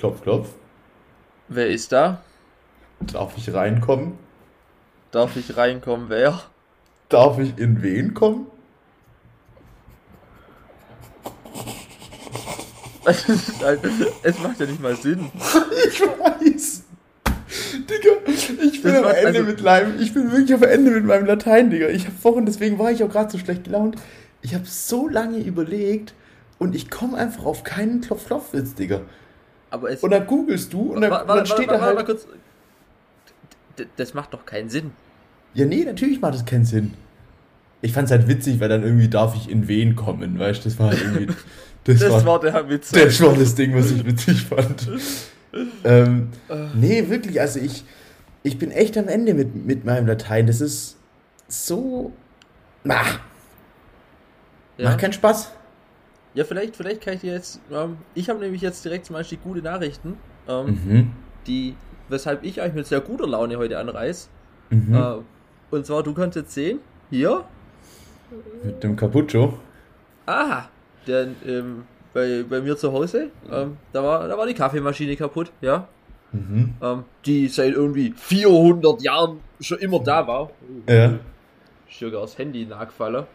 Klopf, klopf. Wer ist da? Darf ich reinkommen? Darf ich reinkommen? Wer? Darf ich in wen kommen? Es ist halt, es macht ja nicht mal Sinn. Ich weiß. Digga, ich bin Das am macht Ende also- mit meinem, ich bin wirklich am Ende mit meinem Latein, Digga. Ich habe vorhin, deswegen war ich auch gerade so schlecht gelaunt. Ich habe so lange überlegt und ich komme einfach auf keinen Klopf-Klopf-Witz, Digga. Aber es. Und dann googelst du und dann steht da Warte mal halt. kurz. Das macht doch keinen Sinn. Ja, nee, natürlich macht das keinen Sinn. Ich fand's halt witzig, weil dann irgendwie darf ich in wen kommen, weißt du? Das war halt irgendwie. Das war der Witz. Das war das Ding, was ich witzig fand. Nee, wirklich, also ich bin echt am Ende mit meinem Latein. Das ist so. Macht Ja. keinen Spaß. Ja, vielleicht kann ich dir jetzt. Ich habe nämlich jetzt direkt zum Beispiel gute Nachrichten, Mhm. weshalb ich eigentlich mit sehr guter Laune heute anreise. Mhm. Und zwar, du kannst jetzt sehen, hier, Mit dem Cappuccio. bei mir zu Hause, da war die Kaffeemaschine kaputt, ja. Mhm. Die seit irgendwie 400 Jahren schon immer da war. Ja. Ist sogar das Handy nachgefallen.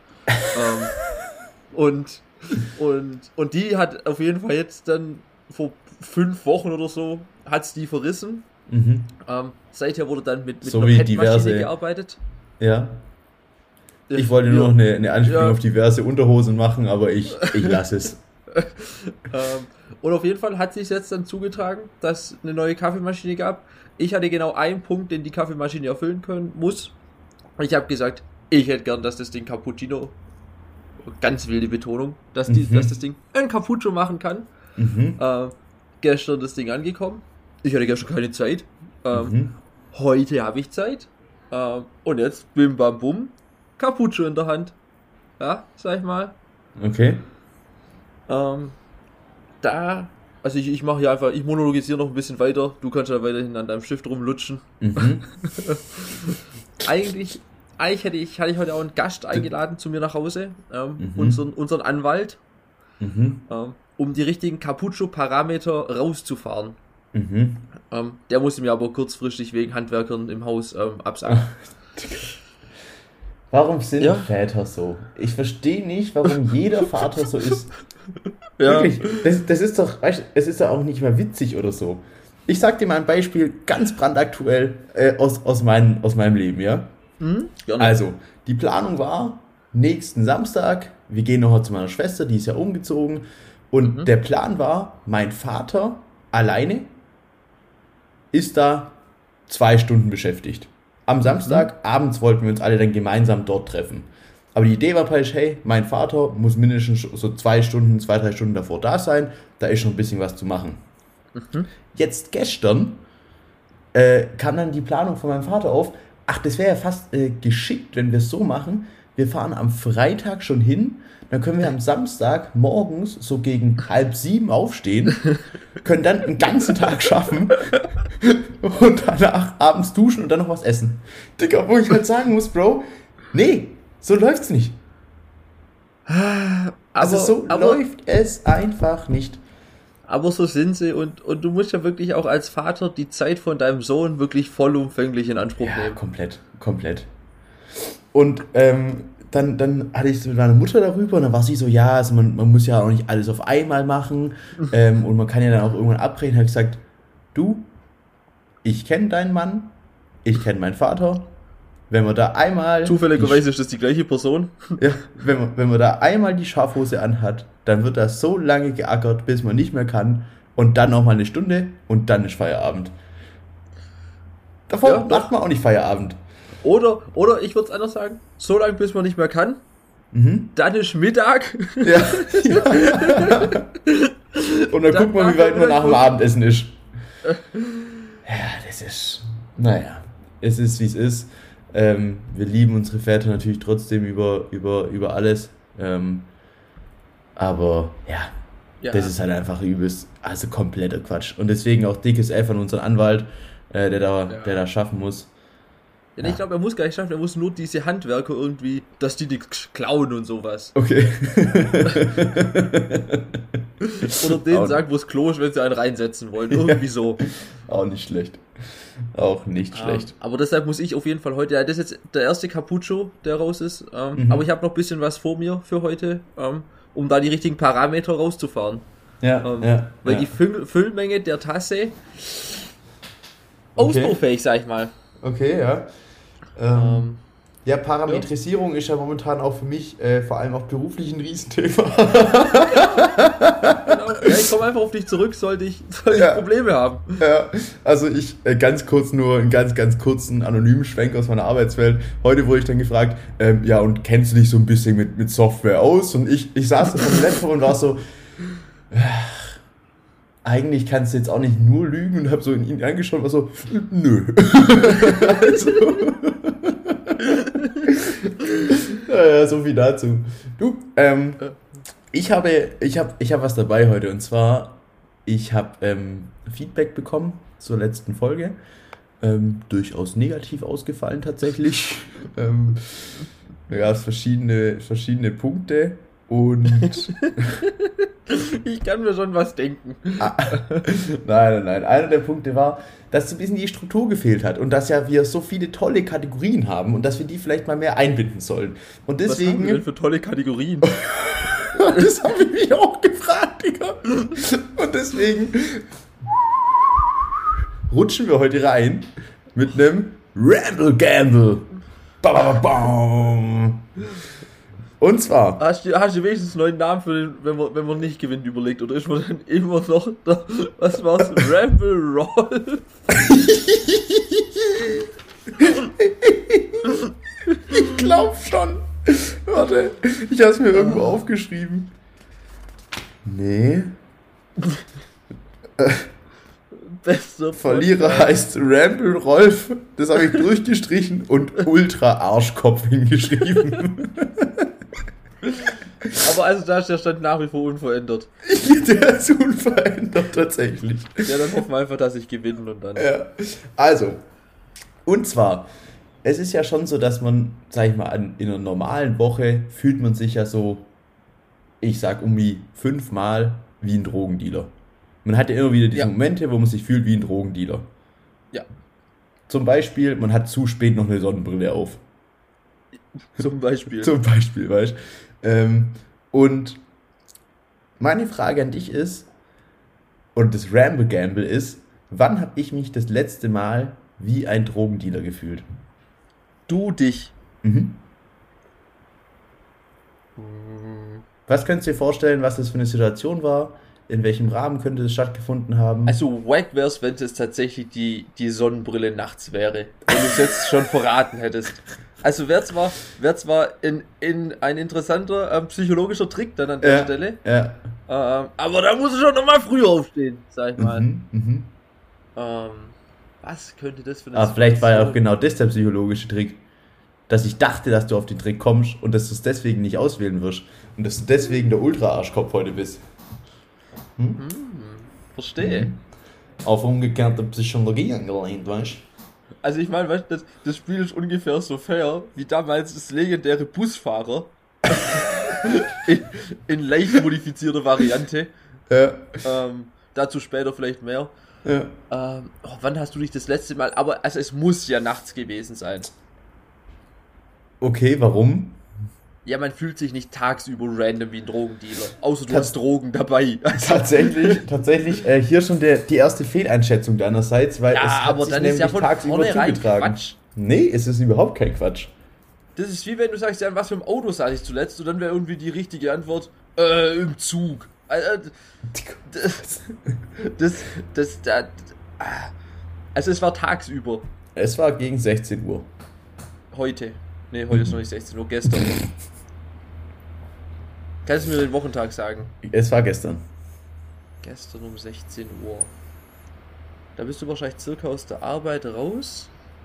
Und die hat auf jeden Fall jetzt dann vor 5 Wochen oder so, hat's die verrissen. Mhm. Seither wurde dann mit So einer wie PET-Maschine diverse- gearbeitet. Ja. Ich wollte nur noch eine Anspielung Ja. auf diverse Unterhosen machen, aber ich lasse es. Und auf jeden Fall hat sich jetzt dann zugetragen, dass eine neue Kaffeemaschine gab. Ich hatte genau einen Punkt, den die Kaffeemaschine erfüllen können muss. Ich habe gesagt, ich hätte gern, dass das Ding Cappuccino, ganz wilde Betonung, dass das Ding ein Cappuccino machen kann. Mhm. Gestern das Ding angekommen. Ich hatte gestern keine Zeit. Mhm. Heute habe ich Zeit. Und jetzt bim bam bum, Cappuccino in der Hand. Ja, sag ich mal. Okay. Also ich mache hier einfach, ich monologisiere noch ein bisschen weiter. Du kannst ja weiterhin an deinem Stift rumlutschen. Mhm. Eigentlich hatte ich heute auch einen Gast eingeladen zu mir nach Hause, Mhm. unseren Anwalt, Mhm. um die richtigen Cappuccino-Parameter rauszufahren. Mhm. Der musste mir aber kurzfristig wegen Handwerkern im Haus absagen. Warum sind Ja. Väter so? Ich verstehe nicht, warum jeder Vater so ist. Ja. Wirklich, das ist doch, weißt, es ist doch auch nicht mehr witzig oder so. Ich sag dir mal ein Beispiel, ganz brandaktuell aus meinem Leben, ja? Gerne. Also, die Planung war, nächsten Samstag, wir gehen noch zu meiner Schwester, die ist ja umgezogen, und der Plan war, mein Vater alleine ist da 2 Stunden beschäftigt. Am Samstag abends wollten wir uns alle dann gemeinsam dort treffen. Aber die Idee war praktisch, hey, mein Vater muss mindestens so 2 Stunden, 2, 3 Stunden davor da sein, da ist schon ein bisschen was zu machen. Jetzt gestern kam dann die Planung von meinem Vater auf, ach, das wäre ja fast geschickt, wenn wir es so machen, wir fahren am Freitag schon hin, dann können wir am Samstag morgens so gegen 6:30 aufstehen, können dann einen ganzen Tag schaffen und danach abends duschen und dann noch was essen. Digga, wo ich halt sagen muss, Bro, nee, so läuft's nicht. Also so läuft es einfach nicht. Aber so sind sie und du musst ja wirklich auch als Vater die Zeit von deinem Sohn wirklich vollumfänglich in Anspruch Ja, nehmen. komplett. Und dann hatte ich es mit meiner Mutter darüber und dann war sie so, ja, also man muss ja auch nicht alles auf einmal machen und man kann ja dann auch irgendwann abbrechen. Habe ich gesagt, du, ich kenne deinen Mann, ich kenne meinen Vater, wenn wir da einmal... Zufälligerweise ist das die gleiche Person. Ja, wenn man da einmal die Schafhose anhat, dann wird das so lange geackert, bis man nicht mehr kann und dann nochmal eine Stunde und dann ist Feierabend. Davor Ja, macht man auch nicht Feierabend. Oder ich würde es anders sagen, so lange bis man nicht mehr kann, dann ist Mittag. Ja. Und dann guckt man, wie weit man nach dem Abendessen ist. Ja, das ist... Naja, es ist, wie es ist. Wir lieben unsere Väter natürlich trotzdem über alles. Aber ja, das ist halt einfach übelst, also kompletter Quatsch. Und deswegen auch dickes F an unseren Anwalt, der da schaffen muss. Ja, ich glaube, er muss gar nicht schaffen, er muss nur diese Handwerker irgendwie, dass die nichts klauen und sowas. Okay. Oder denen sagen, wo es Klo ist, wenn sie einen reinsetzen wollen. Irgendwie so. Auch nicht schlecht. Auch nicht schlecht. Aber deshalb muss ich auf jeden Fall heute, das ist jetzt der erste Cappuccio, der raus ist. Aber ich habe noch ein bisschen was vor mir für heute, um da die richtigen Parameter rauszufahren. Weil die Füllmenge der Tasse ausbaufähig, sag ich mal. Okay, ja. Ja, Parametrisierung ist ja momentan auch für mich, vor allem auch beruflich, ein Riesenthema. Genau. Ja, ich komme einfach auf dich zurück, sollte ich Probleme haben. Ja, also ich ganz kurz nur einen ganz kurzen anonymen Schwenk aus meiner Arbeitswelt. Heute wurde ich dann gefragt, ja, und kennst du dich so ein bisschen mit Software aus? Und ich saß da vor dem Laptop und war so, eigentlich kannst du jetzt auch nicht nur lügen, und habe so in ihn angeschaut und war so, nö. Also, ja, so viel dazu. Du, ich hab was dabei heute, und zwar, ich habe Feedback bekommen zur letzten Folge. Durchaus negativ ausgefallen tatsächlich. Da gab es verschiedene Punkte. Und ich kann mir schon was denken. Nein. Einer der Punkte war, dass so ein bisschen die Struktur gefehlt hat und dass ja wir so viele tolle Kategorien haben und dass wir die vielleicht mal mehr einbinden sollen. Und deswegen, was haben wir denn für tolle Kategorien? Das habe ich mich auch gefragt, Digga. Und deswegen rutschen wir heute rein mit einem Ramble Gamble. Bam. Und zwar... Hast du wenigstens einen neuen Namen für den, wenn man nicht gewinnt, überlegt? Oder ist man dann immer noch da, was war's? Ramble Roll? Ich glaub schon. Warte, ich hab's mir irgendwo aufgeschrieben. Nee. Bester Verlierer heißt Ramble Rolf. Das habe ich durchgestrichen und Ultra Arschkopf hingeschrieben. Aber also da ist der Stand nach wie vor unverändert. Der ist unverändert tatsächlich. Ja, dann hoffen wir einfach, dass ich gewinne und dann... Ja. Also, und zwar, es ist ja schon so, dass man, sag ich mal, in einer normalen Woche fühlt man sich ja so, ich sag die 5-mal wie ein Drogendealer. Man hat ja immer wieder diese Momente, wo man sich fühlt wie ein Drogendealer. Ja. Zum Beispiel, man hat zu spät noch eine Sonnenbrille auf. Zum Beispiel, weißt du. Und meine Frage an dich ist, und das Ramble Gamble ist, wann habe ich mich das letzte Mal wie ein Drogendealer gefühlt? Du dich. Was könntest du dir vorstellen, was das für eine Situation war? In welchem Rahmen könnte es stattgefunden haben? Also wack wär's, wenn es tatsächlich die Sonnenbrille nachts wäre. Wenn du es jetzt schon verraten hättest. Also wäre zwar ein interessanter psychologischer Trick dann an der Stelle. Ja. Aber da muss ich schon nochmal früh aufstehen, sag ich mal. Was könnte das für eine Aber vielleicht war ja auch genau das der psychologische Trick. Dass ich dachte, dass du auf den Trick kommst und dass du es deswegen nicht auswählen wirst. Und dass du deswegen der Ultra-Arschkopf heute bist. Verstehe. Auf umgekehrte Psychologie angelehnt, weißt du? Also ich meine, das Spiel ist ungefähr so fair wie damals das legendäre Busfahrer in leicht modifizierter Variante. Ja. Dazu später vielleicht mehr. Ja. Wann hast du dich das letzte Mal... Aber also es muss ja nachts gewesen sein. Okay, warum? Ja, man fühlt sich nicht tagsüber random wie ein Drogendealer. Außer du hast Drogen dabei. Also Tatsächlich, hier schon die erste Fehleinschätzung deinerseits, weil ja, es hat aber sich dann nämlich ist ja von tagsüber zugetragen. Quatsch. Nee, es ist überhaupt kein Quatsch. Das ist wie wenn du sagst, ja, was für ein Auto saß ich zuletzt, und dann wäre irgendwie die richtige Antwort, im Zug. Also es war tagsüber. Es war gegen 16 Uhr. Heute. Nee, heute ist noch nicht 16 Uhr, gestern. Kannst du mir den Wochentag sagen? Es war gestern. Gestern um 16 Uhr. Da bist du wahrscheinlich circa aus der Arbeit raus.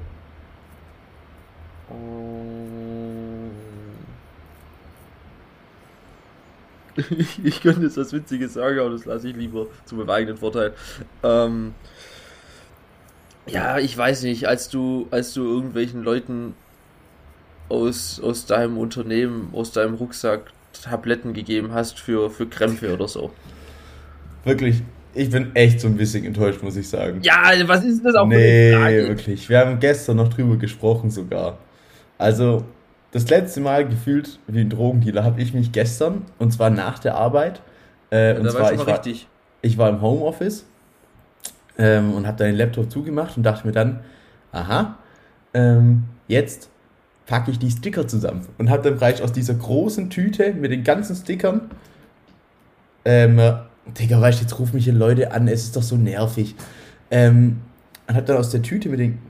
Ich könnte jetzt was Witziges sagen, aber das lasse ich lieber zu meinem eigenen Vorteil. Ja, ich weiß nicht, als du irgendwelchen Leuten aus deinem Unternehmen, aus deinem Rucksack Tabletten gegeben hast für Krämpfe oder so. Wirklich, ich bin echt so ein bisschen enttäuscht, muss ich sagen. Ja, was ist das auch für eine Nee, Frage? wirklich. Wir haben gestern noch drüber gesprochen sogar. Also, das letzte Mal gefühlt wie ein Drogendealer habe ich mich gestern, und zwar nach der Arbeit, Ja, und da war zwar schon mal richtig. ich war im Homeoffice und habe dann den Laptop zugemacht und dachte mir dann, aha, jetzt packe ich die Sticker zusammen und habe dann bereits aus dieser großen Tüte mit den ganzen Stickern, ähm, Digga, weißt du, jetzt rufen mich hier Leute an, es ist doch so nervig. Und habe dann aus der Tüte mit den,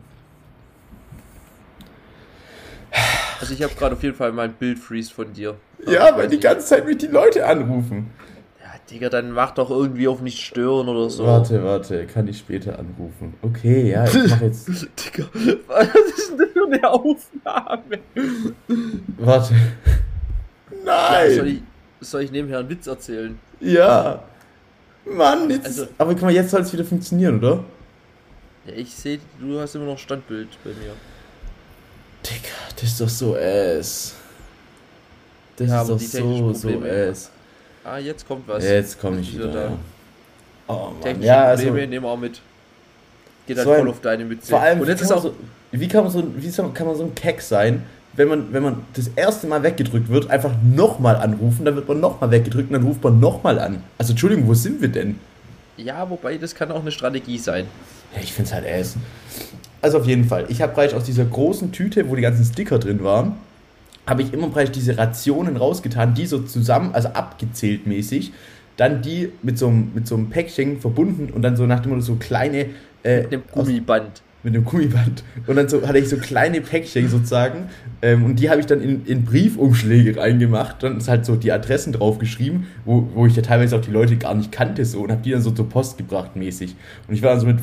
Also ich habe gerade auf jeden Fall mein Bildfreeze von dir. Aber ja, ich weil weiß die nicht. ganze Zeit mich die Leute anrufen. Ja, Digga, dann mach doch irgendwie auf nicht stören oder so. Warte, kann ich später anrufen. Okay, ja, ich mache jetzt, Digga, was ist denn das für eine Aufnahme? warte. Ja, Nein! soll ich nebenher einen Witz erzählen? Ja! Mann, Also, jetzt. Aber guck mal, jetzt soll es wieder funktionieren, oder? ja, ich sehe, du hast immer noch Standbild bei mir. Digga, das ist doch so ass. Das Ja, ist aber doch die technischen so Probleme. ass. Ah, jetzt kommt was. Jetzt komme Jetzt ich ist wieder. da. Ja. Oh Mann. Technische Ja, Probleme also. nehmen wir auch mit. Geht halt So voll ein, auf deine Mütze. vor allem, Und jetzt ist auch. kann man so ein Keck sein, wenn man das erste Mal weggedrückt wird, einfach nochmal anrufen, dann wird man nochmal weggedrückt und dann ruft man nochmal an. Also, Entschuldigung, wo sind wir denn? Ja, wobei, das kann auch eine Strategie sein. Ja, ich find's halt ass. Also, auf jeden Fall. Ich habe bereits aus dieser großen Tüte, wo die ganzen Sticker drin waren, habe ich immer bereits diese Rationen rausgetan, die so zusammen, also abgezählt mäßig, dann die mit so einem Päckchen verbunden und dann so nach dem Motto so kleine, Mit einem Gummiband. mit einem Gummiband. Und dann so hatte ich so kleine Päckchen sozusagen. Und die habe ich dann in Briefumschläge reingemacht. Dann ist halt so die Adressen drauf geschrieben, wo ich ja teilweise auch die Leute gar nicht kannte so und habe die dann so zur Post gebracht mäßig. Und ich war dann so mit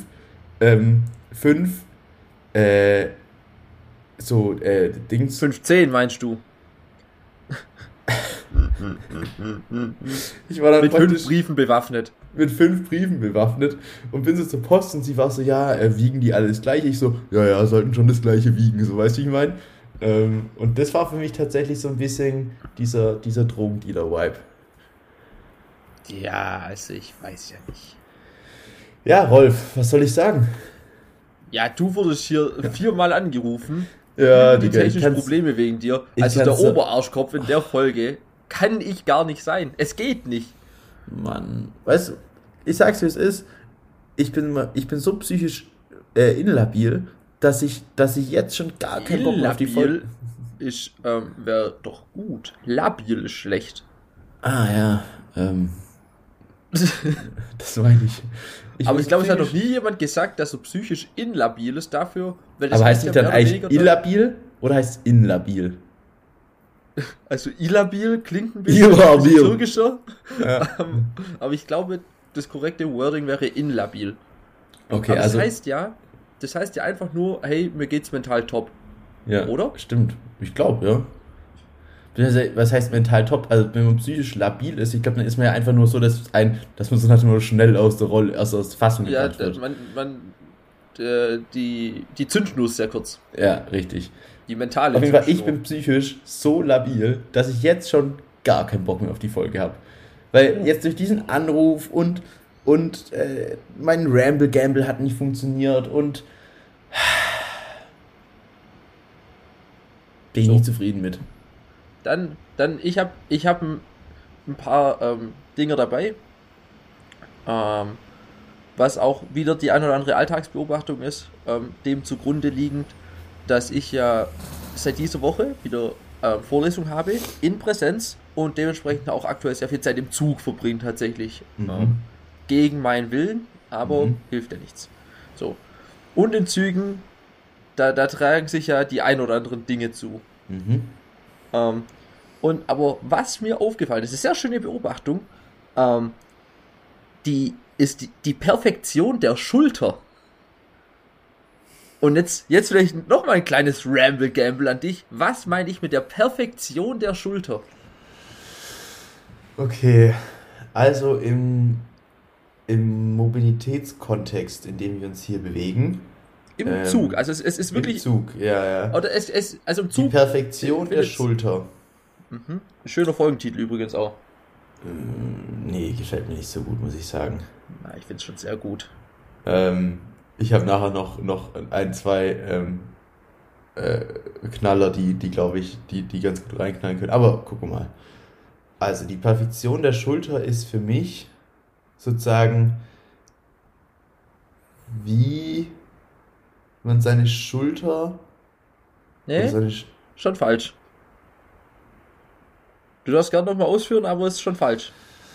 fünf äh, Dings. 15 meinst du? Ich war dann Mit praktisch 5 Briefen bewaffnet. mit 5 Briefen bewaffnet und bin so zur Post und sie war so, ja, wiegen die alle das gleiche? Ich so, ja, sollten schon das gleiche wiegen, so, weißt du, wie ich meine? Und das war für mich tatsächlich so ein bisschen dieser Drogendealer-Vibe. Ja, also ich weiß ja nicht. Ja, Rolf, was soll ich sagen? Ja, du wurdest hier 4-mal angerufen. Ja, Die Digga, technischen Probleme wegen dir. Also der Oberarschkopf in der Folge kann ich gar nicht sein. Es geht nicht. Mann, weißt du, ich sag's wie es ist, ich bin so psychisch instabil, dass ich jetzt schon gar keinen Bock mehr auf die Folge. ist, wäre doch gut. Labil ist schlecht. Ah ja, das meine ich. Aber bin ich glaube, es hat noch psychisch- nie jemand gesagt, dass er psychisch instabil ist dafür. Weil Aber heißt ist nicht ja dann mehr oder eigentlich weniger illabil oder heißt es inlabil? Also illabil klingt ein bisschen Illabil. türkischer. Ja. Aber ich glaube, das korrekte Wording wäre inlabil. Okay, Aber also. das heißt ja einfach nur, hey, mir geht's mental top. Ja, oder? Stimmt. Ich glaube, ja. Was heißt mental top? Also, wenn man psychisch labil ist, ich glaube, dann ist man ja einfach nur so, dass man so nach dem Motto schnell aus der Rolle, aus der Fassung Ja, gebracht wird. die Zündschnur ist sehr kurz. Ja, richtig. Die mentale Auf jeden Fall, ich Zündschnur. bin psychisch so labil, dass ich jetzt schon gar keinen Bock mehr auf die Folge habe. Weil jetzt durch diesen Anruf und mein Ramble-Gamble hat nicht funktioniert und bin ich So. nicht zufrieden mit. Dann ich hab ein paar Dinger dabei, was auch wieder die ein oder andere Alltagsbeobachtung ist, dem zugrunde liegend, dass ich ja seit dieser Woche wieder Vorlesung habe, in Präsenz und dementsprechend auch aktuell sehr viel Zeit im Zug verbringe tatsächlich. Gegen meinen Willen, aber hilft ja nichts. So. Und in Zügen, da tragen sich ja die ein oder anderen Dinge zu. Aber was mir aufgefallen ist, eine sehr schöne Beobachtung, die ist die Perfektion der Schulter. Und jetzt vielleicht noch mal ein kleines Ramble-Gamble an dich. Was meine ich mit der Perfektion der Schulter? Okay, also im Mobilitätskontext, in dem wir uns hier bewegen. Im Zug, also es ist wirklich... Im Zug, ja. Oder also im Zug... Die Perfektion der Schulter. Schöner Folgentitel übrigens auch. Nee, gefällt mir nicht so gut, muss ich sagen. Na, ich finde es schon sehr gut. Ich habe nachher noch ein, zwei Knaller, die glaube ich, die ganz gut reinknallen können. Aber gucken wir mal. Also die Perfektion der Schulter ist für mich sozusagen, wie man seine Schulter... Nee, schon falsch. Du darfst gerne nochmal ausführen, aber es ist schon falsch.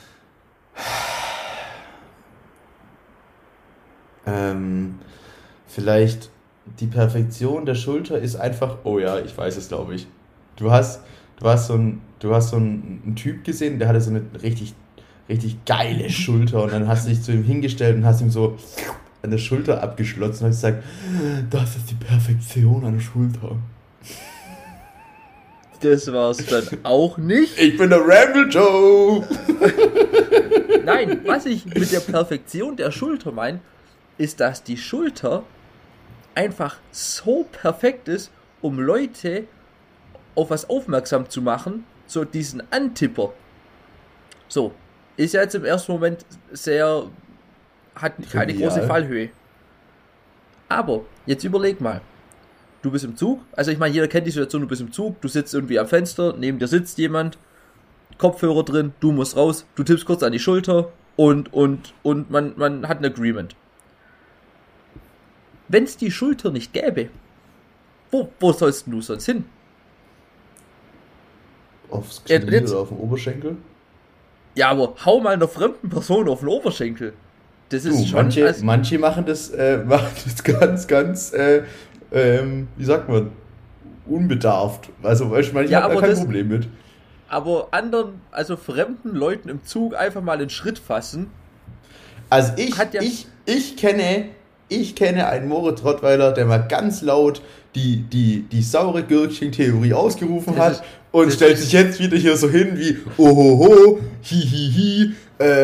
Vielleicht die Perfektion der Schulter ist einfach... Oh ja, ich weiß es, glaube ich. Du hast so einen Typ gesehen, der hatte so eine richtig geile Schulter und dann hast du dich zu ihm hingestellt und hast ihm so an der Schulter abgeschlotzt und hast gesagt, das ist die Perfektion an der Schulter. Das war's dann auch nicht. Ich bin der Ramble Joe! Nein, was ich mit der Perfektion der Schulter meine, ist, dass die Schulter einfach so perfekt ist, um Leute auf was aufmerksam zu machen, so diesen Antipper. So, ist ja jetzt im ersten Moment hat keine große Fallhöhe. Aber, jetzt überleg mal, du bist im Zug, also ich meine, jeder kennt die Situation, du bist im Zug, du sitzt irgendwie am Fenster, neben dir sitzt jemand, Kopfhörer drin, du musst raus, du tippst kurz an die Schulter und man hat ein Agreement. Wenn es die Schulter nicht gäbe, wo sollst du sonst hin? Aufs Knie oder auf den Oberschenkel? Ja, aber hau mal einer fremden Person auf den Oberschenkel. Das ist schon... Manche machen das ganz, wie sagt man, unbedarft. Also manche haben da kein Problem mit. Aber anderen, also fremden Leuten im Zug einfach mal einen Schritt fassen. Also ich kenne einen Moritz Rottweiler, der mal ganz laut die saure Gürkchen-Theorie ausgerufen hat und stellt sich jetzt wieder hier so hin wie ohoho, hihihi,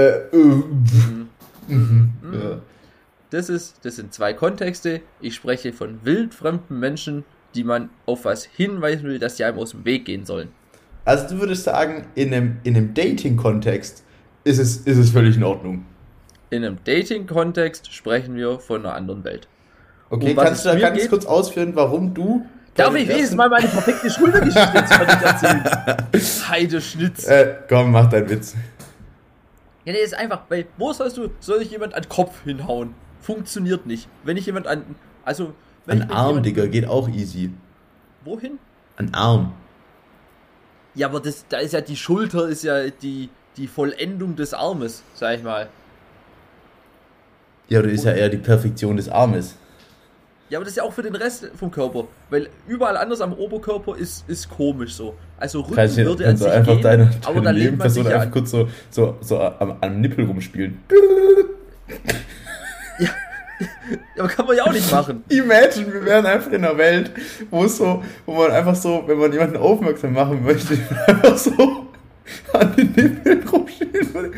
Ja. Das sind zwei Kontexte. Ich spreche von wildfremden Menschen, die man auf was hinweisen will, dass sie einem aus dem Weg gehen sollen. Also du würdest sagen, in einem Dating-Kontext ist es völlig in Ordnung. In einem Dating-Kontext sprechen wir von einer anderen Welt. Okay, kannst du da ganz kurz ausführen, warum du... Darf ich wenigstens mal meine perfekte Schultergeschichte jetzt von dir erzählen? Heideschnitz. Komm, mach deinen Witz. Ja, nee, ist einfach, weil, soll ich jemand an den Kopf hinhauen? Funktioniert nicht. Wenn ich jemand an Arm, Digga, geht auch easy. Wohin? An Arm. Ja, aber da ist ja die Schulter, ist ja die Vollendung des Armes, sag ich mal. Ja, das ist ja eher die Perfektion des Armes. Ja, aber das ist ja auch für den Rest vom Körper. Weil überall anders am Oberkörper ist komisch so. Also Rücken würde an sich einfach gehen, aber dann legt man sich ja einfach kurz so am Nippel rumspielen. Ja, aber kann man ja auch nicht machen. Imagine, wir wären einfach in einer Welt, wo man einfach so, wenn man jemanden aufmerksam machen möchte, einfach so an den Nippel rumspielen würde.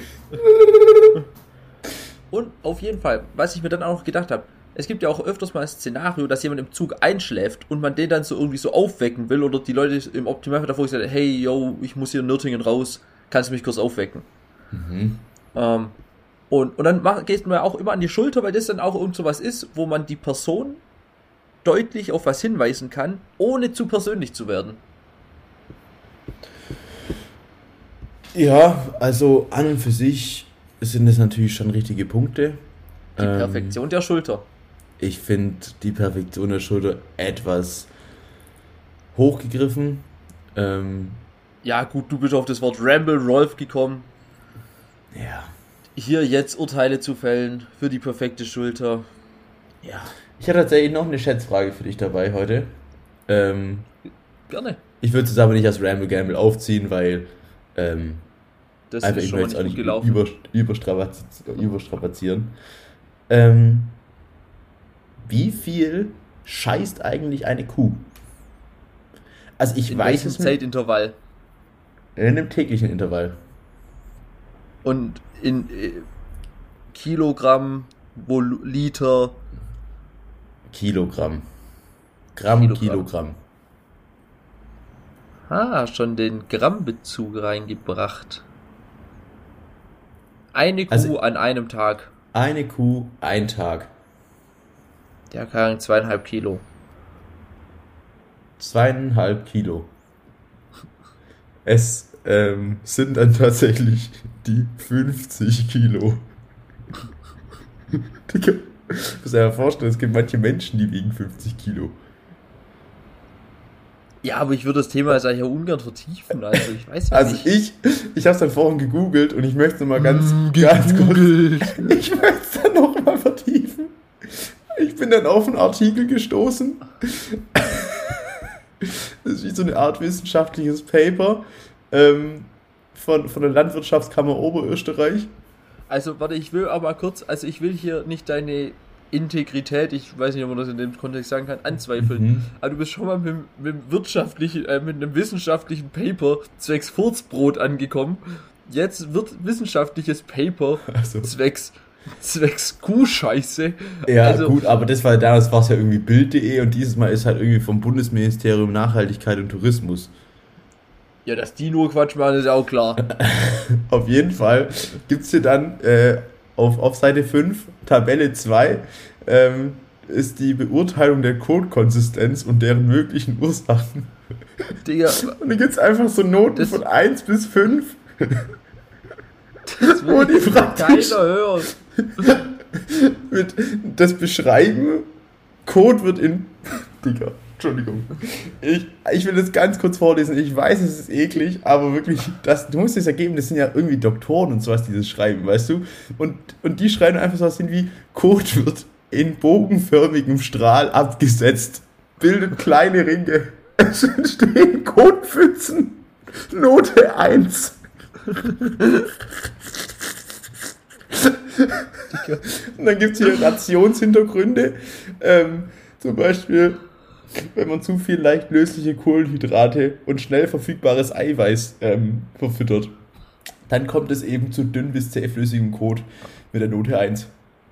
Und auf jeden Fall, was ich mir dann auch noch gedacht habe, es gibt ja auch öfters mal ein Szenario, dass jemand im Zug einschläft und man den dann so irgendwie so aufwecken will oder die Leute im Optimalfall davor gesagt, hey, yo, ich muss hier in Nürtingen raus, kannst du mich kurz aufwecken? Mhm. Und dann geht man ja auch immer an die Schulter, weil das dann auch irgend so was ist, wo man die Person deutlich auf was hinweisen kann, ohne zu persönlich zu werden. Ja, also an und für sich sind das natürlich schon richtige Punkte. Die Perfektion der Schulter. Ich finde die Perfektion der Schulter etwas hochgegriffen. Ja gut, du bist auf das Wort Ramble Rolf gekommen. Ja. Hier jetzt Urteile zu fällen für die perfekte Schulter. Ja. Ich habe tatsächlich noch eine Schätzfrage für dich dabei heute. Gerne. Ich würde es aber nicht als Ramble Gamble aufziehen, weil das einfach ist ich schon möchte mal es nicht auch gut nicht gelaufen. überstrapazieren. Wie viel scheißt eigentlich eine Kuh? Also ich weiß es nicht. In welchem Zeitintervall? In einem täglichen Intervall. Und in Kilogramm, Liter. Kilogramm. Kilogramm. Schon den Grammbezug reingebracht. Eine Kuh Also, an einem Tag. Eine Kuh, ein Tag. Ja, keine Ahnung, 2,5 Kilo. 2,5 Kilo. Es sind dann tatsächlich die 50 Kilo. Digga, ich muss mir vorstellen, es gibt manche Menschen, die wiegen 50 Kilo. Ja, aber ich würde das Thema jetzt eigentlich auch ungern vertiefen, also ich weiß ja Also nicht. ich habe es dann vorhin gegoogelt und ich möchte es nochmal ganz kurz, ich möchte es dann nochmal vertiefen. Ich bin dann auf einen Artikel gestoßen. Das ist wie so eine Art wissenschaftliches Paper von der Landwirtschaftskammer Oberösterreich. Also, warte, ich will aber kurz, also ich will hier nicht deine Integrität, ich weiß nicht, ob man das in dem Kontext sagen kann, anzweifeln. Aber du bist schon mal mit einem wissenschaftlichen Paper zwecks Furzbrot angekommen. Jetzt wird wissenschaftliches Paper zwecks Kuhscheiße. Ja, also, gut, aber damals war es ja irgendwie Bild.de und dieses Mal ist halt irgendwie vom Bundesministerium Nachhaltigkeit und Tourismus. Ja, dass die nur Quatsch machen, ist auch klar. Auf jeden Fall gibt es hier dann auf Seite 5, Tabelle 2, ist die Beurteilung der Kotkonsistenz und deren möglichen Ursachen. Digga. Und dann gibt es einfach so Noten von 1 bis 5. Das will die keiner hören. Mit das Beschreiben, Kot wird in... Digga, Entschuldigung. Ich will das ganz kurz vorlesen. Ich weiß, es ist eklig, aber wirklich, du musst es ja geben, das sind ja irgendwie Doktoren und sowas, die das schreiben, weißt du? Und die schreiben einfach sowas hin wie, Kot wird in bogenförmigem Strahl abgesetzt, bildet kleine Ringe, es entstehen Kotpfützen, Note 1. Und dann gibt es hier Rationshintergründe, zum Beispiel, wenn man zu viel leicht lösliche Kohlenhydrate und schnell verfügbares Eiweiß verfüttert, dann kommt es eben zu dünn bis zähflüssigem Kot mit der Note 1.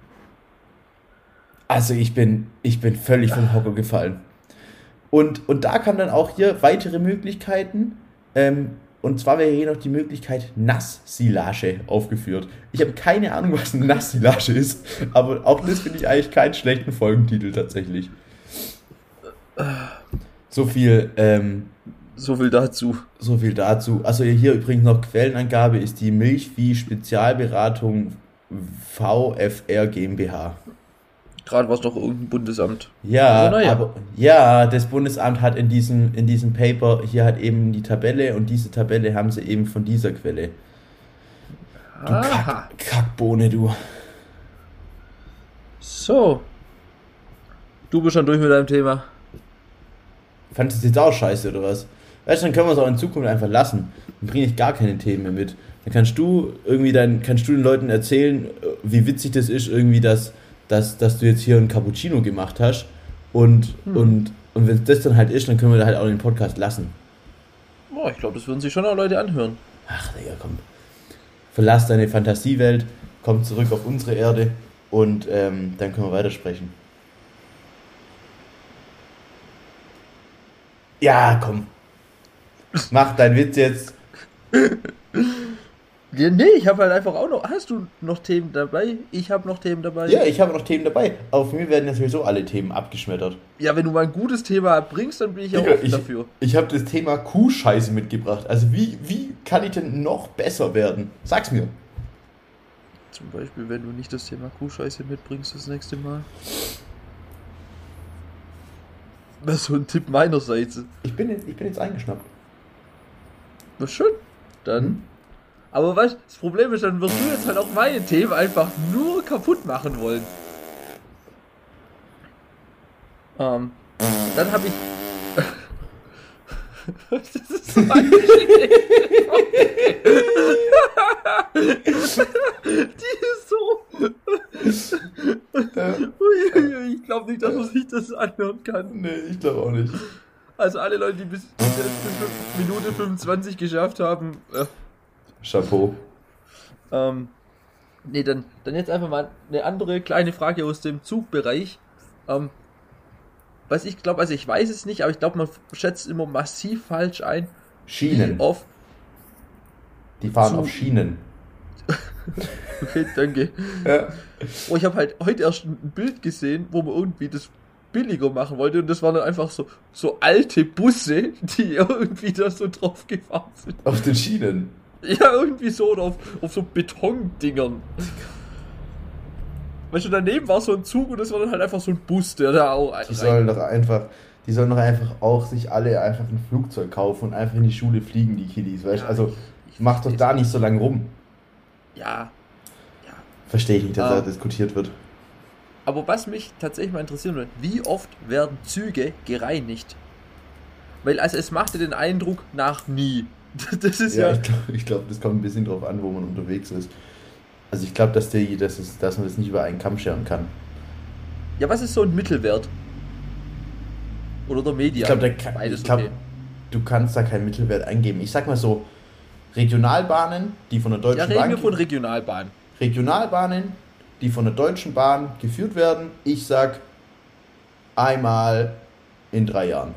Also ich bin völlig vom Hocker gefallen. Und da kamen dann auch hier weitere Möglichkeiten, und zwar wäre hier noch die Möglichkeit Nasssilage aufgeführt. Ich habe keine Ahnung, was eine Nasssilage ist, aber auch das finde ich eigentlich keinen schlechten Folgentitel tatsächlich. So viel dazu. Also hier übrigens noch Quellenangabe ist die Milchvieh-Spezialberatung VfR GmbH. Gerade war es doch irgendein Bundesamt. Ja, aber das Bundesamt hat in diesem Paper hier hat eben die Tabelle und diese Tabelle haben sie eben von dieser Quelle. Du Kackbohne, du. So. Du bist schon durch mit deinem Thema. Fandest du das jetzt auch scheiße, oder was? Weißt du, dann können wir es auch in Zukunft einfach lassen. Dann bringe ich gar keine Themen mehr mit. Dann kannst du den Leuten erzählen, wie witzig das ist, irgendwie, dass du jetzt hier einen Cappuccino gemacht hast. Und wenn es das dann halt ist, dann können wir da halt auch den Podcast lassen. Boah, ich glaube, das würden sich schon auch Leute anhören. Ach, Digga, komm. Verlass deine Fantasiewelt, komm zurück auf unsere Erde und dann können wir weitersprechen. Ja, komm. Mach deinen Witz jetzt. Ja, nee, ich habe halt einfach auch noch... Hast du noch Themen dabei? Ich habe noch Themen dabei. Ja, ich habe noch Themen dabei. Aber für mich werden ja sowieso alle Themen abgeschmettert. Ja, wenn du mal ein gutes Thema bringst, dann bin ich auch offen dafür. Ich habe das Thema Kuhscheiße mitgebracht. Also wie kann ich denn noch besser werden? Sag's mir. Zum Beispiel, wenn du nicht das Thema Kuhscheiße mitbringst das nächste Mal. Das ist so ein Tipp meinerseits. Ich bin jetzt eingeschnappt. Na schön. Dann... Aber weißt du, das Problem ist, dann wirst du jetzt halt auch meine Themen einfach nur kaputt machen wollen. Dann habe ich... Das ist so eine Die ist so... Ich glaube nicht, dass man sich das anhören kann. Nee, ich glaube auch nicht. Also alle Leute, die bis Minute 25 geschafft haben... Chapeau. Nee, dann jetzt einfach mal eine andere kleine Frage aus dem Zugbereich. Was ich glaube, also ich weiß es nicht, aber ich glaube, man schätzt immer massiv falsch ein, Schienen. wie oft... Die fahren auf Schienen. Okay, danke. Ja. Oh, ich habe halt heute erst ein Bild gesehen, wo man irgendwie das billiger machen wollte und das waren dann einfach so alte Busse, die irgendwie da so drauf gefahren sind. Auf den Schienen. Ja, irgendwie so, oder auf so Betondingern. Weißt du, daneben war so ein Zug und das war dann halt einfach so ein Bus, der da auch Die sollen doch einfach auch sich alle einfach ein Flugzeug kaufen und einfach in die Schule fliegen, die Kiddies, weißt du? Ja, Also, mach doch da nicht so lange rum. Ja. Verstehe ich nicht, dass da diskutiert wird. Aber was mich tatsächlich mal interessieren würde, wie oft werden Züge gereinigt? Weil, also es machte den Eindruck nach nie. Das ist ja... Ich glaube, das kommt ein bisschen drauf an, wo man unterwegs ist. Also ich glaube, dass man das nicht über einen Kamm scheren kann. Ja, was ist so ein Mittelwert? Oder der Media? Ich glaube, du kannst da keinen Mittelwert eingeben. Ich sag mal so, Regionalbahnen, die von der Deutschen Bahn... Ja, reden wir von Regionalbahnen. Regionalbahnen, die von der Deutschen Bahn geführt werden, ich sag einmal in 3 Jahren.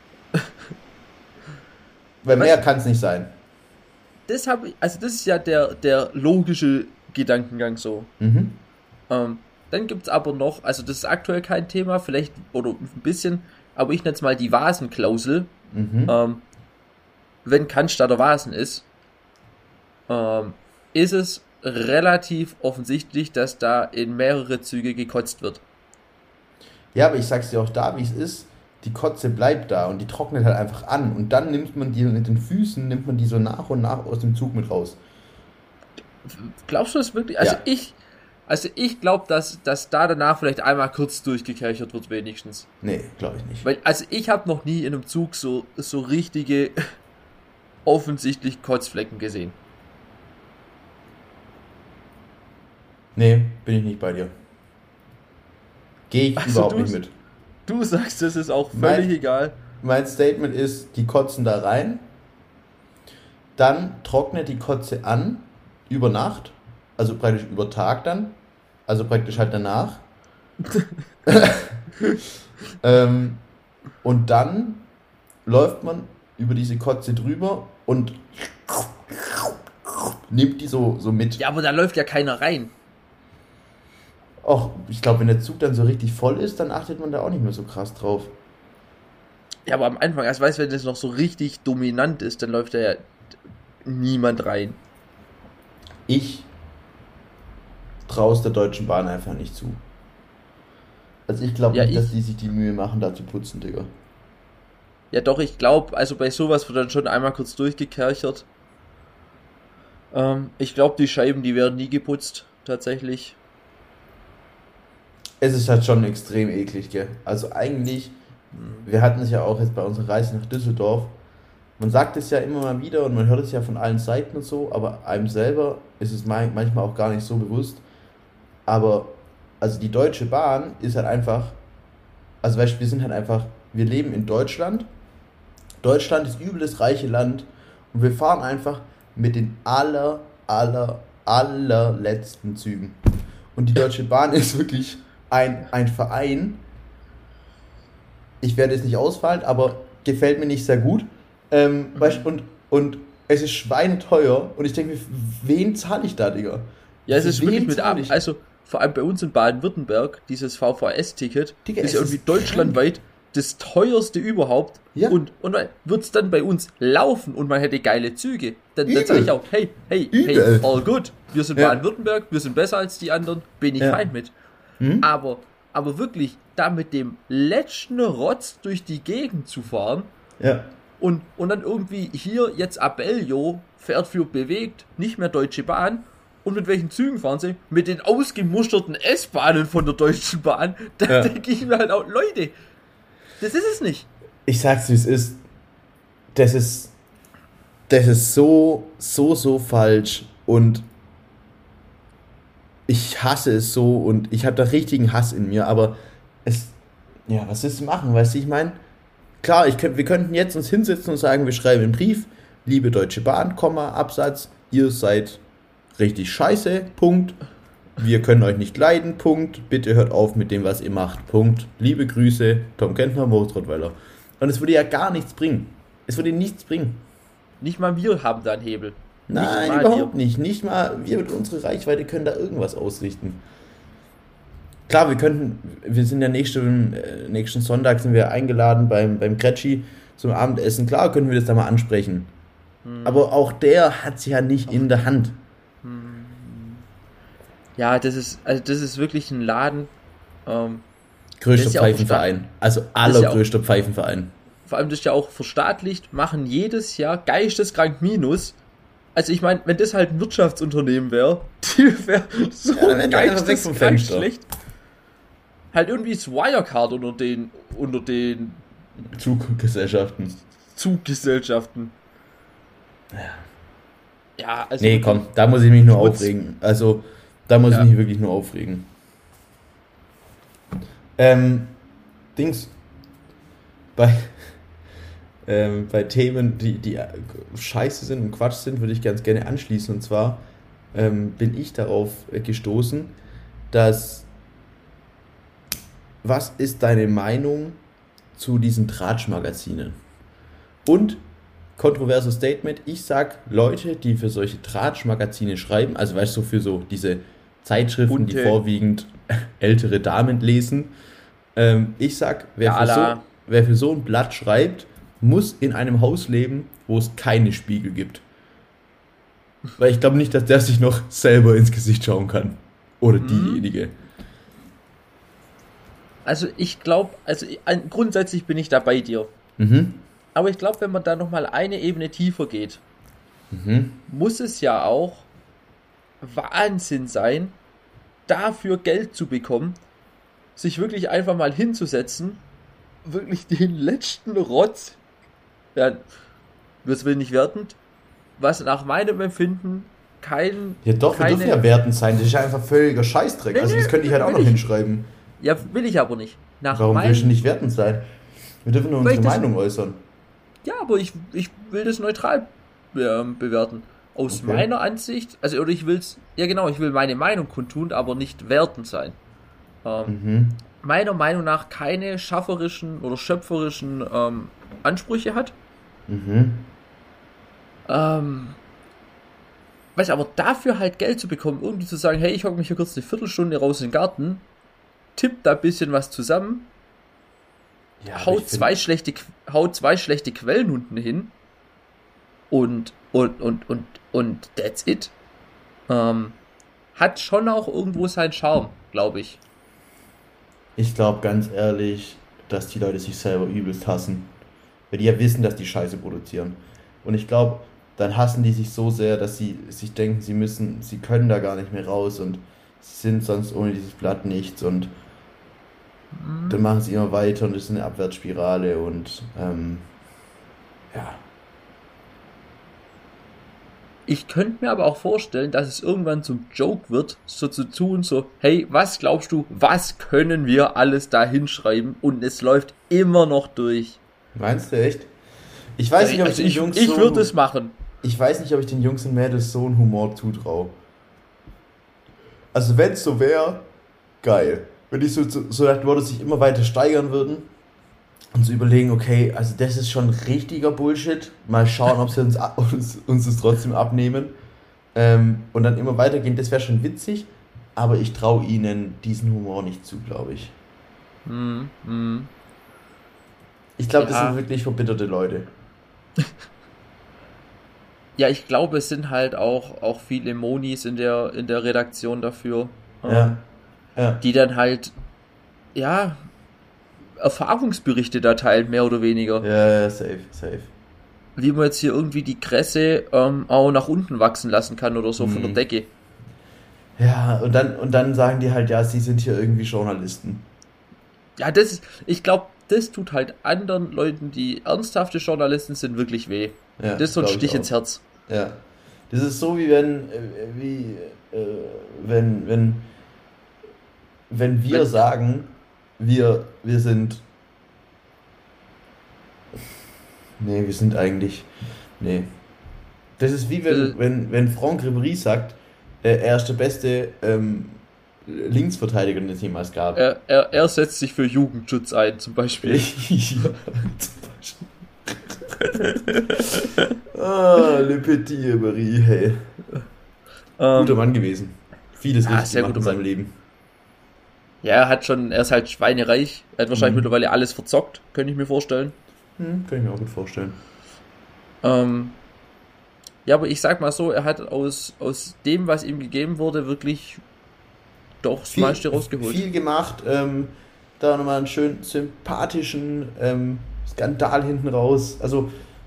Weil mehr kann es nicht sein. Das ist ja der logische Gedankengang so. Mhm. Dann gibt es aber noch, also das ist aktuell kein Thema, vielleicht, oder ein bisschen, aber ich nenne es mal die Vasenklausel. Mhm. Wenn Cannstatter Vasen ist es relativ offensichtlich, dass da in mehrere Züge gekotzt wird. Ja, aber ich sag's dir auch da, wie es ist. Die Kotze bleibt da und die trocknet halt einfach an. Und dann nimmt man die mit den Füßen, so nach und nach aus dem Zug mit raus. Glaubst du das wirklich? Also ja. Ich glaube, dass da danach vielleicht einmal kurz durchgekerchert wird, wenigstens. Nee, glaube ich nicht. Weil, also ich habe noch nie in einem Zug so richtige, offensichtlich Kotzflecken gesehen. Nee, bin ich nicht bei dir. Gehe ich überhaupt nicht mit. Du sagst, das ist auch völlig egal. Mein Statement ist, die kotzen da rein, dann trocknet die Kotze an, über Nacht, also praktisch über Tag dann, also praktisch halt danach. Und dann läuft man über diese Kotze drüber und nimmt die so mit. Ja, aber da läuft ja keiner rein. Och, ich glaube, wenn der Zug dann so richtig voll ist, dann achtet man da auch nicht mehr so krass drauf. Ja, aber am Anfang, also weißt du, wenn das noch so richtig dominant ist, dann läuft da ja niemand rein. Ich traue es der Deutschen Bahn einfach nicht zu. Also ich glaube nicht, dass die sich die Mühe machen, da zu putzen, Digga. Ja doch, ich glaube, also bei sowas wird dann schon einmal kurz durchgekerchert. Ich glaube, die Scheiben, die werden nie geputzt, tatsächlich. Es ist halt schon extrem eklig, gell? Also eigentlich, wir hatten es ja auch jetzt bei unserer Reise nach Düsseldorf, man sagt es ja immer mal wieder und man hört es ja von allen Seiten und so, aber einem selber ist es manchmal auch gar nicht so bewusst. Aber, also die Deutsche Bahn ist halt einfach, also weißt du, wir leben in Deutschland. Deutschland ist übel das reiche Land und wir fahren einfach mit den allerletzten Zügen. Und die Deutsche Bahn ist wirklich ein Verein, ich werde jetzt nicht ausfallen, aber gefällt mir nicht sehr gut. Weißt, und es ist schweineteuer und ich denke mir, wen zahle ich da, Digga? Ja, es ist wirklich also vor allem bei uns in Baden-Württemberg, dieses VVS-Ticket, ist ja irgendwie deutschlandweit das teuerste überhaupt. Ja. Und wird es dann bei uns laufen und man hätte geile Züge, dann sage ich auch, hey, all good. Wir sind Baden-Württemberg, wir sind besser als die anderen, bin ich fein mit. Aber wirklich, da mit dem letzten Rotz durch die Gegend zu fahren und dann irgendwie hier jetzt Abellio fährt für bewegt, nicht mehr Deutsche Bahn. Und mit welchen Zügen fahren sie? Mit den ausgemusterten S-Bahnen von der Deutschen Bahn. Da denke ich mir halt auch, Leute, das ist es nicht. Ich sag's wie es ist. Das ist so falsch und ich hasse es so und ich habe da richtigen Hass in mir, aber was willst du machen, weißt du, ich meine, klar, wir könnten jetzt uns hinsetzen und sagen, wir schreiben einen Brief, liebe Deutsche Bahn, Absatz, ihr seid richtig scheiße, Punkt. Wir können euch nicht leiden, Punkt. Bitte hört auf mit dem, was ihr macht, Punkt. Liebe Grüße, Tom Kentner, Moritz Rottweiler. Und es würde ja gar nichts bringen. Es würde nichts bringen. Nicht mal wir haben da einen Hebel. Nein, überhaupt nicht. Nicht mal wir mit unserer Reichweite können da irgendwas ausrichten. Klar, wir sind ja nächsten Sonntag sind wir eingeladen beim Kretschi zum Abendessen. Klar können wir das da mal ansprechen. Aber auch der hat sich ja nicht in der Hand. Ja, das ist wirklich ein Laden. Größter Pfeifenverein. Also allergrößter Pfeifenverein. Vor allem das ist ja auch verstaatlicht, machen jedes Jahr geisteskrank Minus. Also ich meine, wenn das halt ein Wirtschaftsunternehmen wäre, die wäre so geisteskrank schlecht. Halt irgendwie ist Wirecard unter den Zuggesellschaften. Ja, also. Nee, komm, da muss ich mich nur aufregen. Also, da muss ich mich wirklich nur aufregen. Bei Themen, die scheiße sind und Quatsch sind, würde ich ganz gerne anschließen. Und zwar bin ich darauf gestoßen, dass was ist deine Meinung zu diesen Tratsch-Magazinen? Und kontroverses Statement, ich sag, Leute, die für solche Tratsch-Magazine schreiben, also weißt du, für so diese Zeitschriften, die vorwiegend ältere Damen lesen, ich sag, wer für so ein Blatt schreibt, muss in einem Haus leben, wo es keine Spiegel gibt. Weil ich glaube nicht, dass der sich noch selber ins Gesicht schauen kann. Oder diejenige. Also ich glaube, grundsätzlich bin ich da bei dir. Aber ich glaube, wenn man da nochmal eine Ebene tiefer geht, muss es ja auch Wahnsinn sein, dafür Geld zu bekommen, sich wirklich einfach mal hinzusetzen, wirklich den letzten Rotz, ja, das will nicht wertend, was nach meinem Empfinden wir dürfen ja wertend sein, das ist ja einfach völliger Scheißdreck, also das könnte ich halt auch noch hinschreiben. Ja, will ich aber nicht. Warum willst du nicht wertend sein? Wir dürfen nur unsere Meinung äußern. Ja, aber ich will das neutral bewerten. Aus meiner Ansicht, ich will meine Meinung kundtun, aber nicht wertend sein. Meiner Meinung nach keine schafferischen oder schöpferischen Ansprüche hat. Weißt du, aber dafür halt Geld zu bekommen, irgendwie zu sagen, hey, ich hocke mich hier kurz eine Viertelstunde raus in den Garten, tipp da ein bisschen was zusammen, haut zwei schlechte Quellen unten hin und that's it. Hat schon auch irgendwo seinen Charme, glaube ich. Ich glaube ganz ehrlich, dass die Leute sich selber übelst hassen. Weil die ja wissen, dass die Scheiße produzieren. Und ich glaube, dann hassen die sich so sehr, dass sie sich denken, sie können da gar nicht mehr raus und sie sind sonst ohne dieses Blatt nichts und dann machen sie immer weiter und es ist eine Abwärtsspirale und ja. Ich könnte mir aber auch vorstellen, dass es irgendwann zum Joke wird, so zu tun, so, hey, was glaubst du, was können wir alles da hinschreiben und es läuft immer noch durch. Meinst du echt? Ich weiß nicht, ob ich würde es machen. Ich weiß nicht, ob ich den Jungs und Mädels so einen Humor zutraue. Also wenn es so wäre, geil. Wenn die so nach Worte sich immer weiter steigern würden und so überlegen, okay, also das ist schon richtiger Bullshit. Mal schauen, ob sie uns das trotzdem abnehmen. Und dann immer weitergehen, das wäre schon witzig. Aber ich traue ihnen diesen Humor nicht zu, glaube ich. Ich glaube, das sind wirklich verbitterte Leute. Ja, ich glaube, es sind halt auch viele Monis in der Redaktion dafür. Die dann halt, Erfahrungsberichte da teilen, mehr oder weniger. Ja, safe. Wie man jetzt hier irgendwie die Kresse auch nach unten wachsen lassen kann oder so von der Decke. Ja, und dann sagen die halt, ja, sie sind hier irgendwie Journalisten. Ja, ich glaube, das tut halt anderen Leuten, die ernsthafte Journalisten sind, wirklich weh. Ja, das ist so ein Stich ins Herz. Ja. Das ist so, wie wenn wir sagen, wir sind das ist wie wenn Franck Ribéry sagt, er ist der beste Linksverteidiger, den es jemals gab. Er setzt sich für Jugendschutz ein, zum Beispiel. Ja, zum Beispiel. Le Petit Marie, hey. Guter Mann gewesen. Vieles richtig gemacht in seinem Leben. Ja, er ist halt schweinereich. Er hat wahrscheinlich mittlerweile alles verzockt, könnte ich mir vorstellen. Kann ich mir auch gut vorstellen. Ja, aber ich sag mal so, er hat aus dem, was ihm gegeben wurde, wirklich doch das meiste rausgeholt. Viel gemacht. Da nochmal einen schönen sympathischen Skandal hinten raus. Also,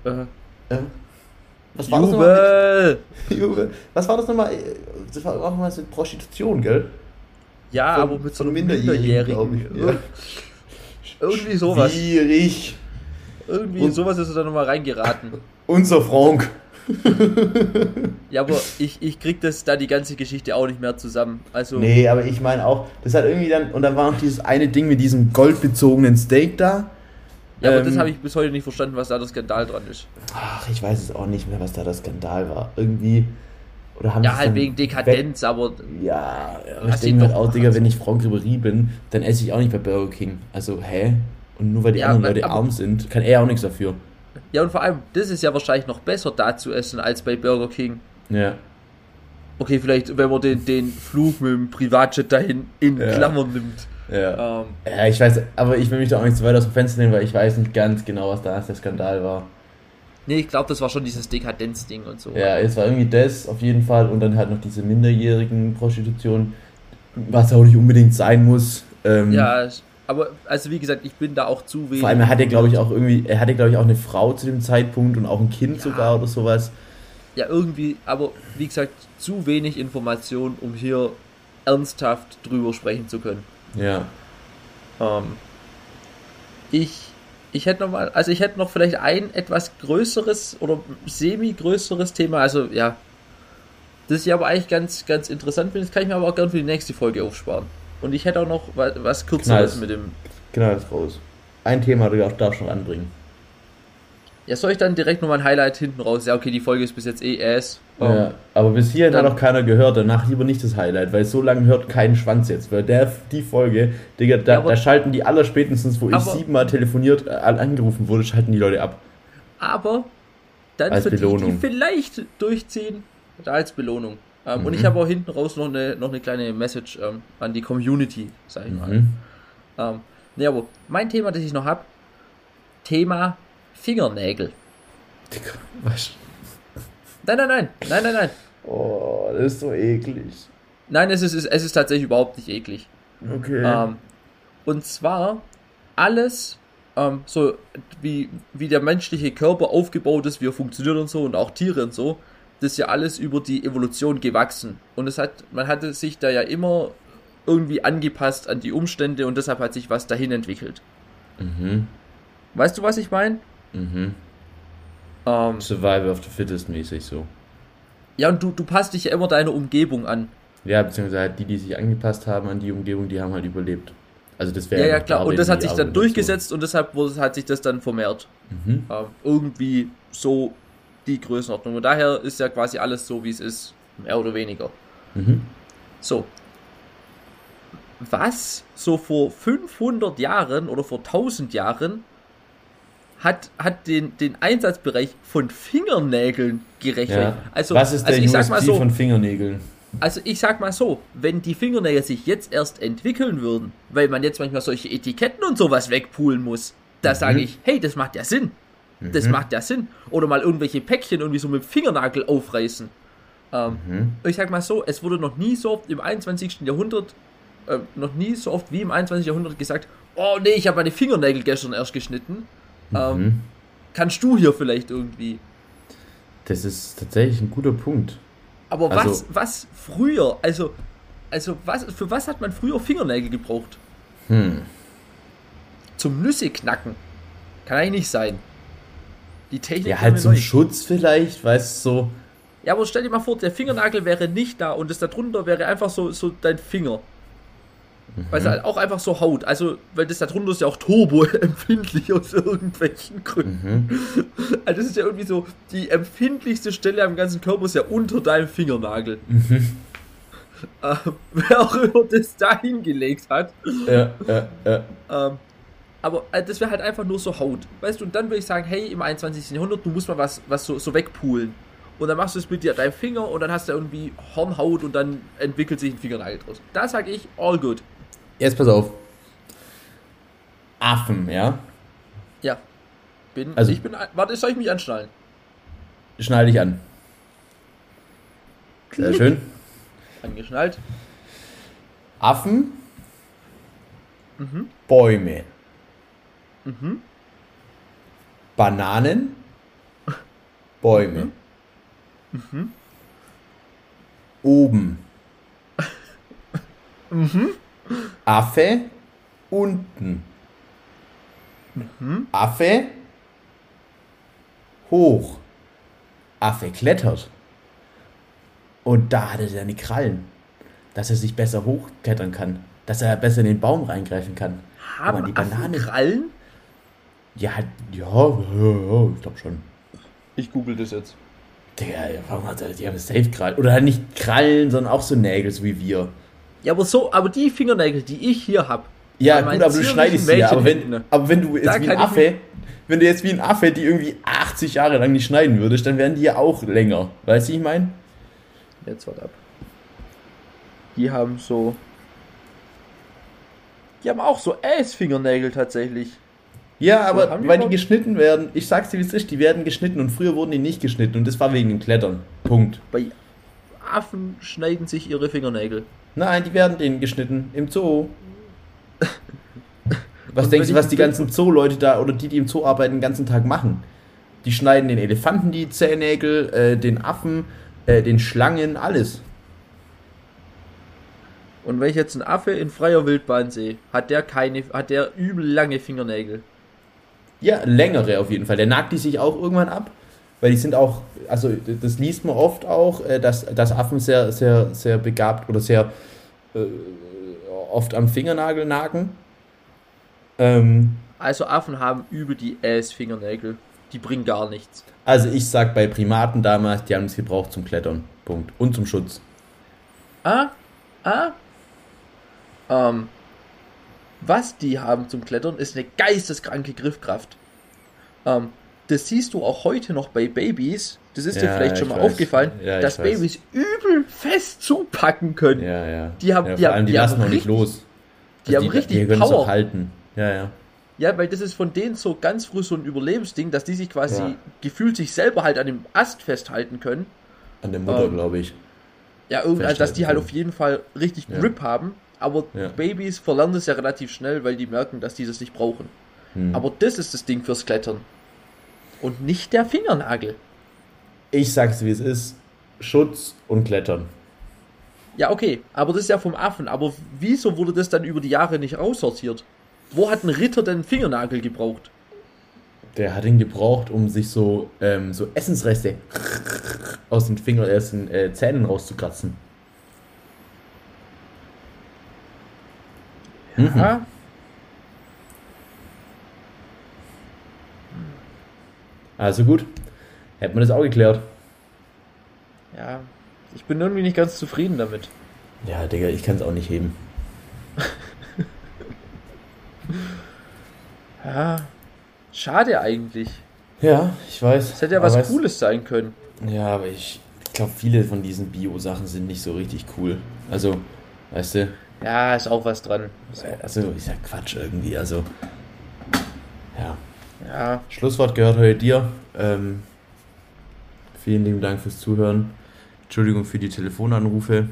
was war Jubel! das nochmal? Jubel! Was war das nochmal? Das war auch mal so Prostitution, gell? Ja, aber mit so einem Minderjährigen, glaube ich. Ja. Irgendwie sowas. Schwierig. Sowas ist er da nochmal reingeraten. Unser Frank. Ja, aber ich krieg da die ganze Geschichte auch nicht mehr zusammen. Also nee, aber ich meine auch, das hat irgendwie dann, und dann war noch dieses eine Ding mit diesem goldbezogenen Steak da. Ja, aber das habe ich bis heute nicht verstanden, was da der Skandal dran ist. Ach, ich weiß es auch nicht mehr, was da der Skandal war. Irgendwie, oder haben ja, halt wegen Dekadenz, aber... Ja, aber ich denke mir auch, Digga, wenn ich Franck Ribéry bin, dann esse ich auch nicht bei Burger King. Also, Und nur weil die anderen Leute arm sind, kann er auch nichts dafür. Ja, und vor allem, das ist ja wahrscheinlich noch besser da zu essen als bei Burger King. Ja. Okay, vielleicht, wenn man den Flug mit dem Privatjet dahin in Klammern nimmt. Ja. Ja, ich weiß, aber ich will mich da auch nicht zu weit aus dem Fenster nehmen, weil ich weiß nicht ganz genau, was da der Skandal war. Nee, ich glaube, das war schon dieses Dekadenz-Ding und so. Ja, es war irgendwie das auf jeden Fall und dann halt noch diese minderjährigen Prostitution, was auch nicht unbedingt sein muss. Ja, aber also wie gesagt, ich bin da auch zu wenig. Vor allem, er hatte glaube ich auch eine Frau zu dem Zeitpunkt und auch ein Kind sogar oder sowas. Ja, irgendwie, aber wie gesagt, zu wenig Information, um hier ernsthaft drüber sprechen zu können. Ja. Ich hätte noch vielleicht ein etwas größeres oder semi-größeres Thema, also ja, das ich aber eigentlich ganz, ganz interessant finde, das kann ich mir aber auch gerne für die nächste Folge aufsparen. Und ich hätte auch noch was Kürzeres mit dem... Genau, das raus. Ein Thema darfst du noch anbringen. Ja, soll ich dann direkt nochmal ein Highlight hinten raus? Ja, okay, die Folge ist bis jetzt ass. Ja, aber bis hierhin hat noch keiner gehört, danach lieber nicht das Highlight, weil so lange hört keinen Schwanz jetzt, weil die Folge, Digga, da schalten die allerspätestens, wo ich 7-mal telefoniert, angerufen wurde, schalten die Leute ab. Aber dann als für Belohnung. Die vielleicht durchziehen, als Belohnung. Und ich habe auch hinten raus noch eine kleine Message an die Community, sag ich mal. Ne, aber mein Thema, das ich noch habe, Thema Fingernägel. Digga, was? Nein. Oh, das ist so eklig. Nein, es ist tatsächlich überhaupt nicht eklig. Okay. Und zwar alles, so wie der menschliche Körper aufgebaut ist, wie er funktioniert und so, und auch Tiere und so, das ist ja alles über die Evolution gewachsen. Und man hatte sich da ja immer irgendwie angepasst an die Umstände und deshalb hat sich was dahin entwickelt. Weißt du, was ich meine? Survival of the Fittest mäßig so. Ja, und du passt dich ja immer deiner Umgebung an. Ja, beziehungsweise halt die sich angepasst haben an die Umgebung, die haben halt überlebt. Also das wäre ja klar, und das hat sich dann durchgesetzt und deshalb hat sich das dann vermehrt. Irgendwie so die Größenordnung. Und daher ist ja quasi alles so, wie es ist, mehr oder weniger. So. Was so vor 500 Jahren oder vor 1000 Jahren hat den Einsatzbereich von Fingernägeln gerechnet. Ja. Also, was ist der USP von Fingernägeln? Also ich sag mal so, wenn die Fingernägel sich jetzt erst entwickeln würden, weil man jetzt manchmal solche Etiketten und sowas wegpulen muss, da sage ich, hey, das macht ja Sinn. Das macht ja Sinn. Oder mal irgendwelche Päckchen irgendwie so mit dem Fingernagel aufreißen. Ich sag mal so, es wurde noch nie so oft im 21. Jahrhundert wie im 21. Jahrhundert gesagt, oh nee, ich habe meine Fingernägel gestern erst geschnitten. Kannst du hier vielleicht irgendwie... Das ist tatsächlich ein guter Punkt. Aber was früher, also für was hat man früher Fingernägel gebraucht? Zum Nüsse knacken. Kann eigentlich nicht sein. Die Technik... Ja, halt zum Schutz vielleicht, weißt du, so... Ja, aber stell dir mal vor, der Fingernagel wäre nicht da und das da drunter wäre einfach so dein Finger. Weil es auch einfach so Haut, also, weil das da drunter ist ja auch turboempfindlich aus irgendwelchen Gründen. Also das ist ja irgendwie so, die empfindlichste Stelle am ganzen Körper ist ja unter deinem Fingernagel. wer auch immer das da hingelegt hat. Ja. Aber das wäre halt einfach nur so Haut. Weißt du, und dann würde ich sagen, hey, im 21. Jahrhundert, du musst mal was so wegpulen. Und dann machst du es mit dir deinem Finger und dann hast du irgendwie Hornhaut und dann entwickelt sich ein Fingernagel draus. Da sage ich, all good. Jetzt pass auf. Affen, ja? Ja. Warte, soll ich mich anschnallen? Schnall dich an. Sehr schön. Angeschnallt. Affen. Bäume. Bananen. Bäume. Oben. Affe. Unten. Affe. Hoch. Affe klettert. Und da hat er seine Krallen. Dass er sich besser hochklettern kann. Dass er besser in den Baum reingreifen kann. Haben die Banane Krallen? Ja, ich glaube schon. Ich google das jetzt. Digga, warum hat er, die haben safe Krallen. Oder halt nicht Krallen, sondern auch so Nägel, so wie wir. Ja, aber die Fingernägel, die ich hier habe. Ja, gut, aber du schneidest sie ja. Aber wenn du jetzt wie ein Affe, die irgendwie 80 Jahre lang nicht schneiden würdest, dann wären die ja auch länger. Weißt du, wie ich meine? Jetzt warte ab. Die haben auch so Fingernägel tatsächlich. Ja, aber weil die geschnitten werden, ich sag's dir wie es ist, die werden geschnitten und früher wurden die nicht geschnitten und das war wegen dem Klettern. Punkt. Bei Affen schneiden sich ihre Fingernägel. Nein, die werden denen geschnitten im Zoo. Was denkst du, was die ganzen Zoo-Leute da oder die im Zoo arbeiten, den ganzen Tag machen? Die schneiden den Elefanten die Zehennägel, den Affen, den Schlangen, alles. Und wenn ich jetzt einen Affe in freier Wildbahn sehe, hat der übel lange Fingernägel. Ja, längere auf jeden Fall. Der nagt die sich auch irgendwann ab, weil die sind auch, also das liest man oft auch, dass Affen sehr, sehr, sehr begabt oder sehr oft am Fingernagel nagen. Also Affen haben übel die Fingernägel. Die bringen gar nichts. Also ich sag bei Primaten damals, die haben es gebraucht zum Klettern. Punkt. Und zum Schutz. Was die haben zum Klettern, ist eine geisteskranke Griffkraft. Das siehst du auch heute noch bei Babys. Das ist dir vielleicht schon mal aufgefallen, dass Babys übel fest zupacken können. Ja. Vor allem die lassen noch nicht los. Die haben richtig Power. Die können es halten. Ja. Ja, weil das ist von denen so ganz früh so ein Überlebensding, dass die sich quasi gefühlt sich selber halt an dem Ast festhalten können. An der Mutter, glaube ich. Ja, dass die halt auf jeden Fall richtig Grip haben. Aber Babys verlernen das ja relativ schnell, weil die merken, dass die das nicht brauchen. Aber das ist das Ding fürs Klettern. Und nicht der Fingernagel. Ich sag's wie es ist. Schutz und Klettern. Ja, okay. Aber das ist ja vom Affen. Aber wieso wurde das dann über die Jahre nicht aussortiert? Wo hat ein Ritter denn einen Fingernagel gebraucht? Der hat ihn gebraucht, um sich so Essensreste aus den Zähnen rauszukratzen. Ja. Also gut. Hätten wir das auch geklärt. Ja. Ich bin irgendwie nicht ganz zufrieden damit. Ja, Digga, ich kann es auch nicht heben. Ja. Schade eigentlich. Ja, ich weiß. Es hätte ja was Cooles sein können. Ja, aber ich glaube, viele von diesen Bio-Sachen sind nicht so richtig cool. Also, weißt du... Ja, ist auch was dran. Also, ist ja Quatsch irgendwie, also... Ja. Schlusswort gehört heute dir. Vielen lieben Dank fürs Zuhören. Entschuldigung für die Telefonanrufe.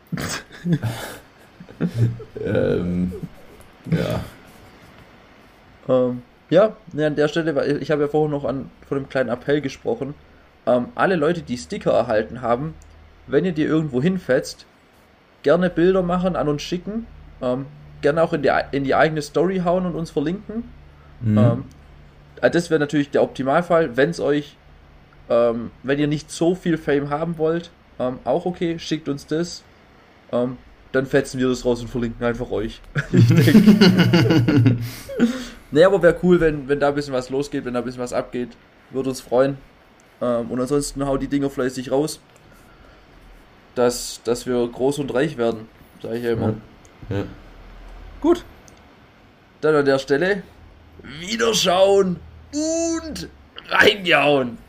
An der Stelle, weil ich habe ja vorhin noch von einem kleinen Appell gesprochen. Alle Leute, die Sticker erhalten haben, wenn ihr die irgendwo hinfetzt, gerne Bilder machen, an uns schicken, gerne auch in die eigene Story hauen und uns verlinken. Das wäre natürlich der Optimalfall, wenn ihr nicht so viel Fame haben wollt, auch okay, schickt uns das, dann fetzen wir das raus und verlinken einfach euch. Ich denke. Nee, aber wäre cool, wenn da ein bisschen was losgeht, wenn da ein bisschen was abgeht, würde uns freuen. Und ansonsten hau die Dinger fleißig raus. dass wir groß und reich werden, sage ich ja immer. Ja. Gut. Dann an der Stelle Wiederschauen und reingehauen.